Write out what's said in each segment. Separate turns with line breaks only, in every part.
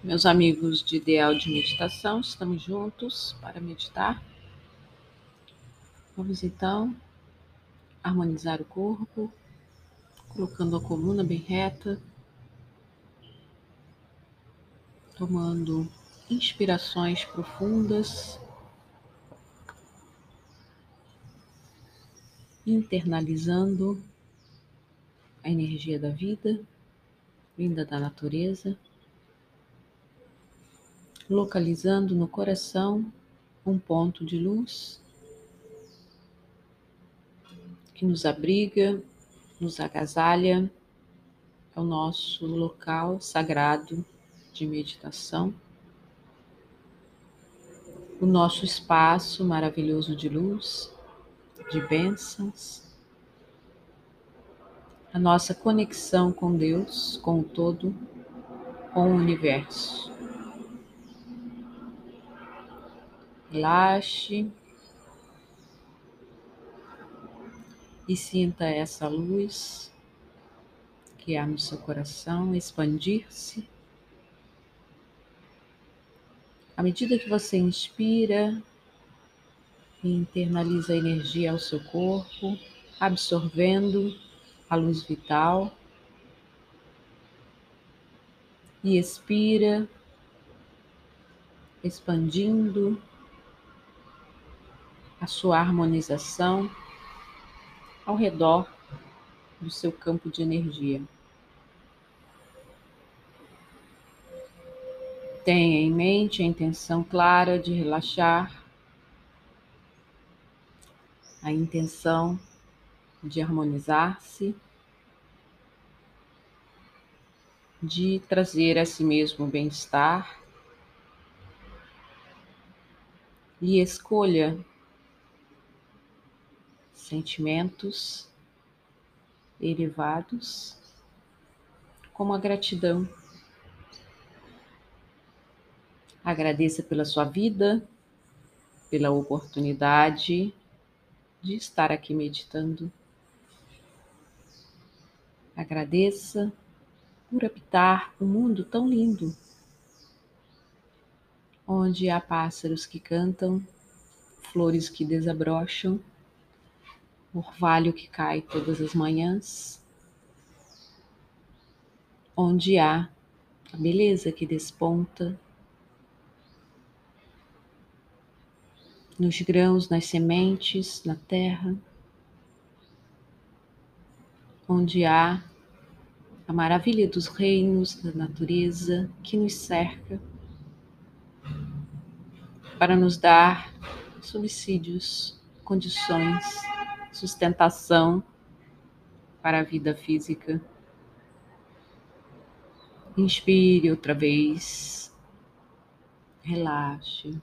Meus amigos de Ideal de Meditação, estamos juntos para meditar. Vamos então harmonizar o corpo, colocando a coluna bem reta, tomando inspirações profundas, internalizando a energia da vida, vinda da natureza, localizando no coração um ponto de luz que nos abriga, nos agasalha, é o nosso local sagrado de meditação, o nosso espaço maravilhoso de luz, de bênçãos, a nossa conexão com Deus, com o todo, com o universo. Relaxe e sinta essa luz que há no seu coração expandir-se. À medida que você inspira e internaliza a energia ao seu corpo, absorvendo a luz vital, e expira, expandindo a sua harmonização ao redor do seu campo de energia. Tenha em mente a intenção clara de relaxar, a intenção de harmonizar-se, de trazer a si mesmo bem-estar, e escolha sentimentos elevados como a gratidão. Agradeça pela sua vida, pela oportunidade de estar aqui meditando. Agradeça por habitar um mundo tão lindo, onde há pássaros que cantam, flores que desabrocham, orvalho que cai todas as manhãs, onde há a beleza que desponta nos grãos, nas sementes, na terra, onde há a maravilha dos reinos da natureza que nos cerca para nos dar subsídios, condições, sustentação para a vida física. Inspire outra vez, relaxe,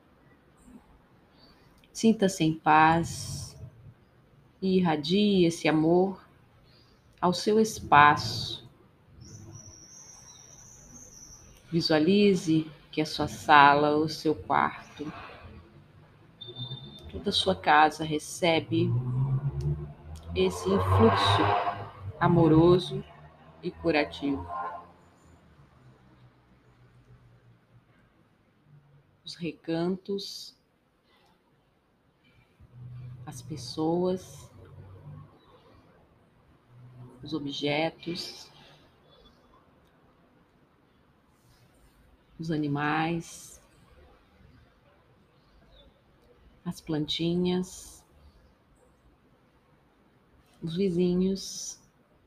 sinta-se em paz e irradie esse amor ao seu espaço. Visualize que a sua sala, o seu quarto, toda a sua casa recebe esse influxo amoroso e curativo. Os recantos, as pessoas, os objetos, os animais, as plantinhas, os vizinhos,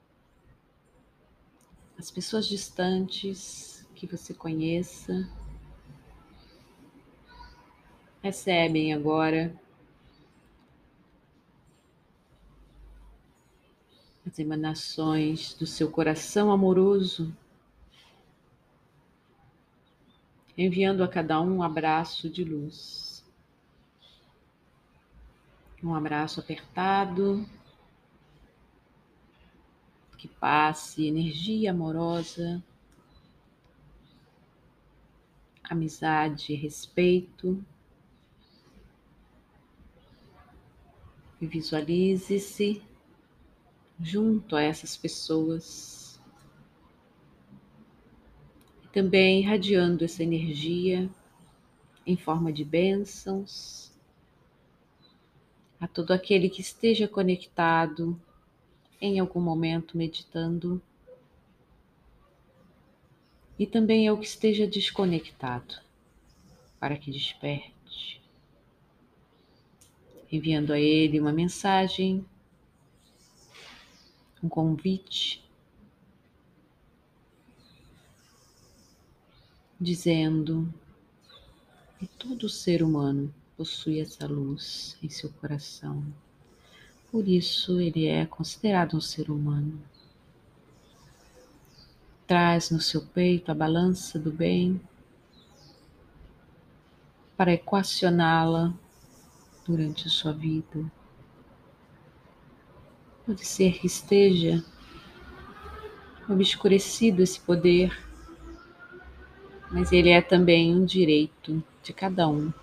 as pessoas distantes que você conheça, recebem agora as emanações do seu coração amoroso, enviando a cada um abraço de luz. Um abraço apertado, que passe energia amorosa, amizade, respeito. E visualize-se junto a essas pessoas. Também irradiando essa energia em forma de bênçãos a todo aquele que esteja conectado em algum momento meditando e também ao que esteja desconectado, para que desperte, enviando a ele uma mensagem, um convite, dizendo que todo ser humano possui essa luz em seu coração. Por isso ele é considerado um ser humano. Traz no seu peito a balança do bem para equacioná-la durante a sua vida. Pode ser que esteja obscurecido esse poder, mas ele é também um direito de cada um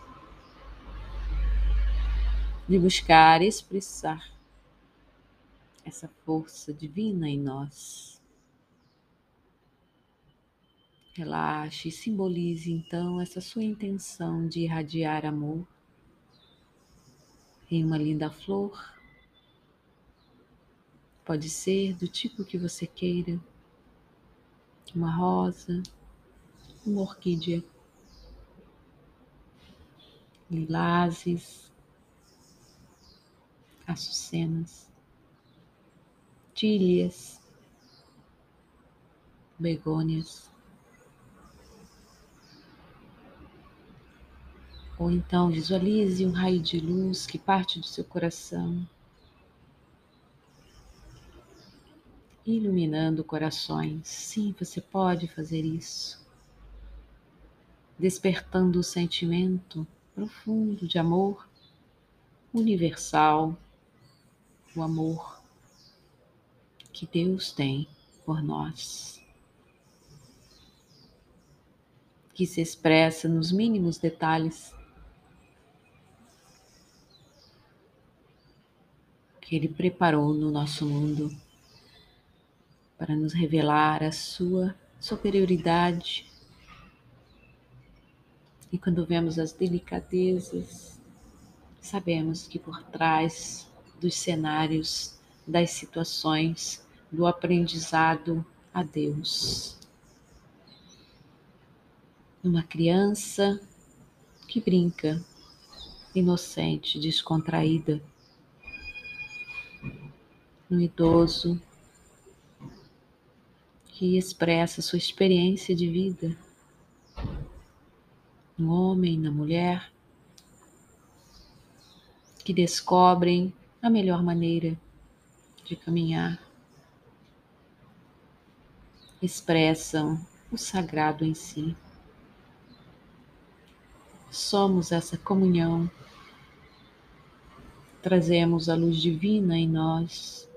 de buscar expressar essa força divina em nós. Relaxe e simbolize então essa sua intenção de irradiar amor em uma linda flor. Pode ser do tipo que você queira, uma rosa, uma orquídea, lilazes, açucenas, tílias, begônias. Ou então visualize um raio de luz que parte do seu coração, iluminando corações. Sim, você pode fazer isso, despertando o sentimento profundo de amor universal, o amor que Deus tem por nós, que se expressa nos mínimos detalhes que Ele preparou no nosso mundo para nos revelar a sua superioridade. E quando vemos as delicadezas, sabemos que por trás dos cenários, das situações, do aprendizado a Deus. Uma criança que brinca, inocente, descontraída. Um idoso que expressa sua experiência de vida. Um homem, na mulher, que descobrem a melhor maneira de caminhar. Expressam o sagrado em si. Somos essa comunhão, trazemos a luz divina em nós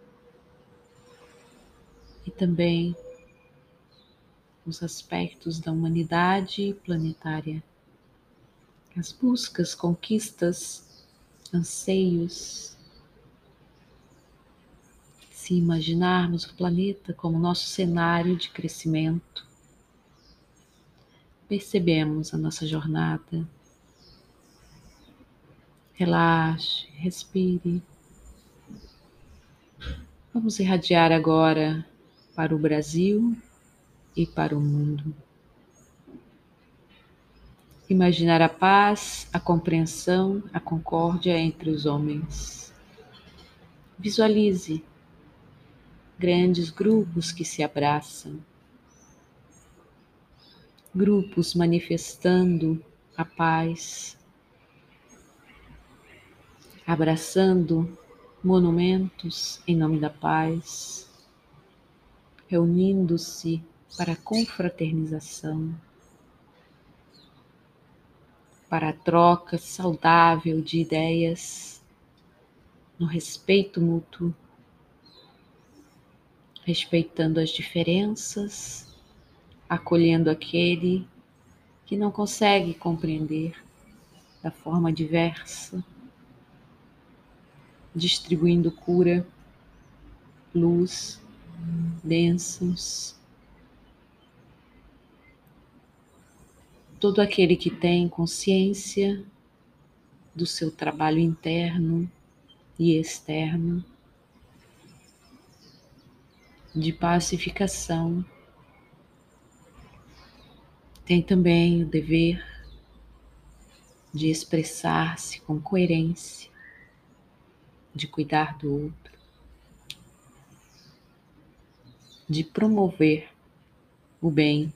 e também os aspectos da humanidade planetária, as buscas, conquistas, anseios. Se imaginarmos o planeta como nosso cenário de crescimento, percebemos a nossa jornada. Relaxe, respire. Vamos irradiar agora para o Brasil e para o mundo. Imaginar a paz, a compreensão, a concórdia entre os homens. Visualize grandes grupos que se abraçam, grupos manifestando a paz, abraçando monumentos em nome da paz, reunindo-se para a confraternização, para a troca saudável de ideias, no respeito mútuo, respeitando as diferenças, acolhendo aquele que não consegue compreender da forma diversa, distribuindo cura, luz, bênçãos. todo aquele que tem consciência do seu trabalho interno e externo, de pacificação, tem também o dever de expressar-se com coerência, de cuidar do outro, de promover o bem.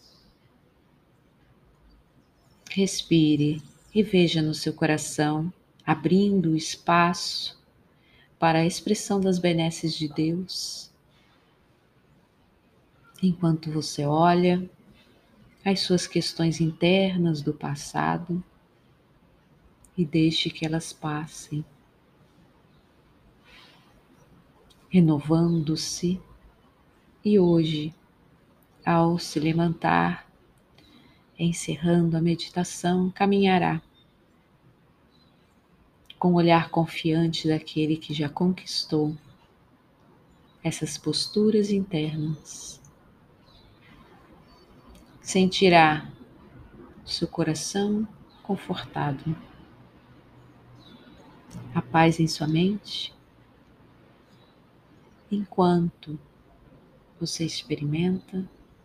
Respire e veja no seu coração, abrindo espaço para a expressão das benesses de Deus, enquanto você olha as suas questões internas do passado e deixe que elas passem, renovando-se. E hoje, ao se levantar, encerrando a meditação, caminhará com o olhar confiante daquele que já conquistou essas posturas internas. Sentirá seu coração confortado, a paz em sua mente, enquanto você experimenta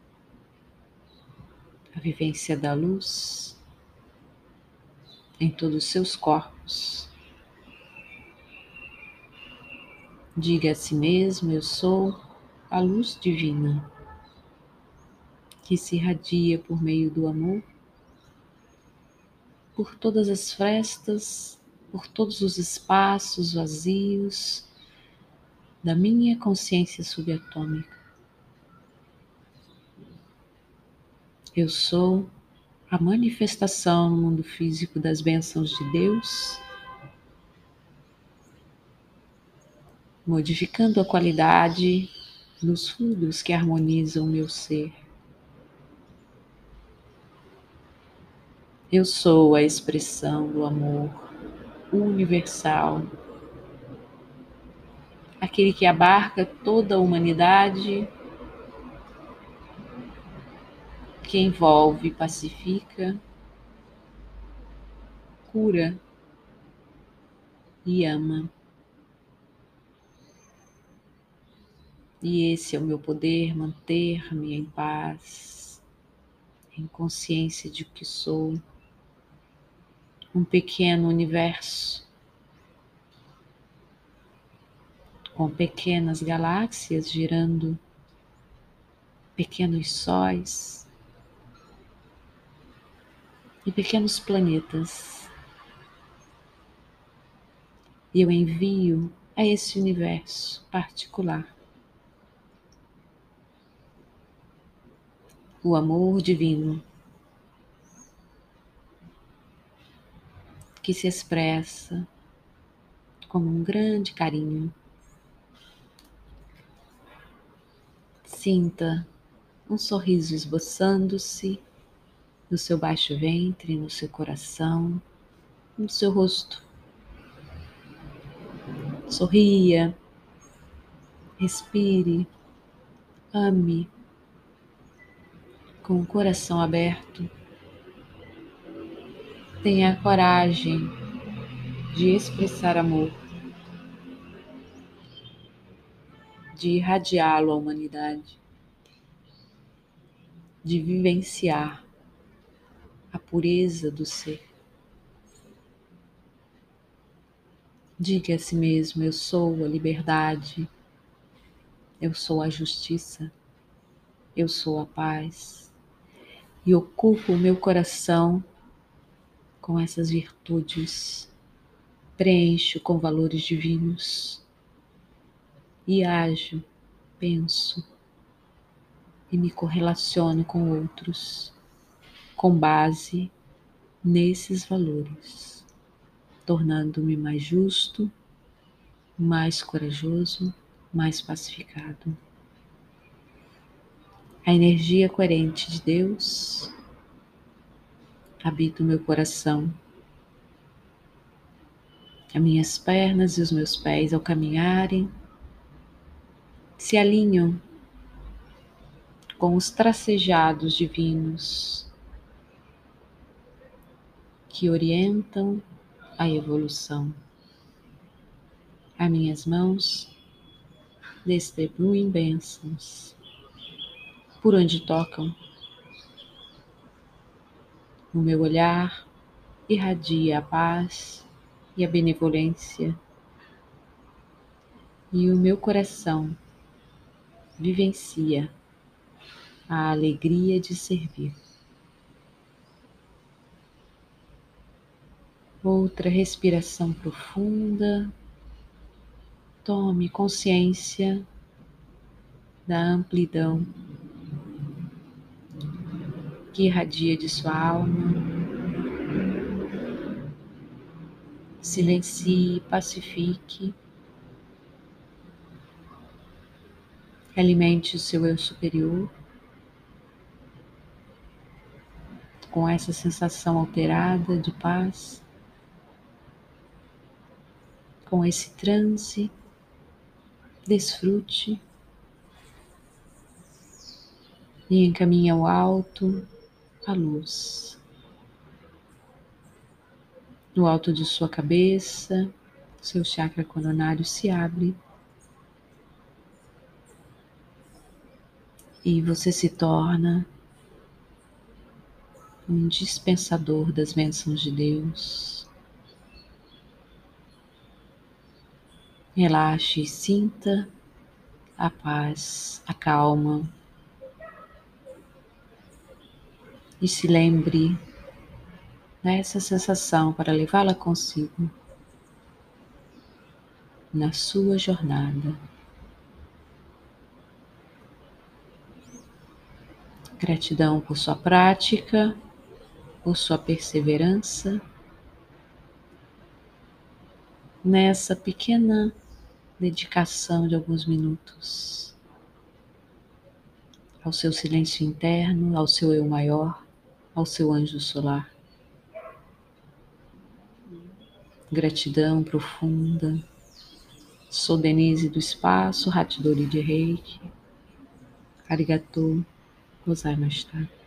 a vivência da luz em todos os seus corpos. Diga a si mesmo: eu sou a luz divina que se irradia por meio do amor, por todas as frestas, por todos os espaços vazios da minha consciência subatômica. Eu sou a manifestação no mundo físico das bênçãos de Deus, modificando a qualidade dos fluidos que harmonizam o meu ser. Eu sou a expressão do amor universal, aquele que abarca toda a humanidade, que envolve, pacifica, cura e ama. E esse é o meu poder, manter-me em paz, em consciência de que sou um pequeno universo, com pequenas galáxias girando, pequenos sóis e pequenos planetas. E eu envio a esse universo particular o amor divino que se expressa como um grande carinho. Sinta um sorriso esboçando-se no seu baixo ventre, no seu coração, no seu rosto. Sorria, respire, ame com o coração aberto. Tenha a coragem de expressar amor, de irradiá-lo à humanidade, de vivenciar a pureza do ser. Diga a si mesmo: eu sou a liberdade, eu sou a justiça, eu sou a paz. E ocupo o meu coração com essas virtudes, preencho com valores divinos e ajo, penso e me correlaciono com outros com base nesses valores, tornando-me mais justo, mais corajoso, mais pacificado. A energia coerente de Deus habita o meu coração. As minhas pernas e os meus pés, ao caminharem, se alinham com os tracejados divinos que orientam a evolução. As minhas mãos distribuem bênçãos por onde tocam. O meu olhar irradia a paz e a benevolência, e o meu coração vivencia a alegria de servir. Outra respiração profunda. Tome consciência da amplidão que irradia de sua alma. Silencie, pacifique. Alimente o seu eu superior com essa sensação alterada de paz, com esse transe. Desfrute e encaminhe ao alto a luz. No alto de sua cabeça, seu chakra coronário se abre e você se torna um dispensador das bênçãos de Deus. Relaxe e sinta a paz, a calma. E se lembre dessa sensação para levá-la consigo na sua jornada. Gratidão por sua prática, por sua perseverança nessa pequena dedicação de alguns minutos ao seu silêncio interno, ao seu eu maior, ao seu anjo solar. Gratidão profunda. Sou Denise do Espaço, Hatidori de Reiki. Arigatou gozaimashita.